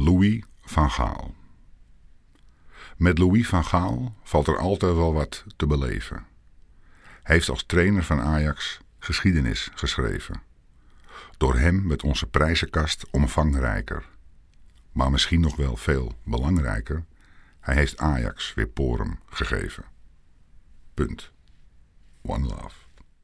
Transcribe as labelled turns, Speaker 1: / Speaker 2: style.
Speaker 1: Louis van Gaal. Met Louis van Gaal valt er altijd wel wat te beleven. Hij heeft als trainer van Ajax geschiedenis geschreven. Door hem werd onze prijzenkast omvangrijker. Maar misschien nog wel veel belangrijker, hij heeft Ajax weer porum gegeven. Punt. One love.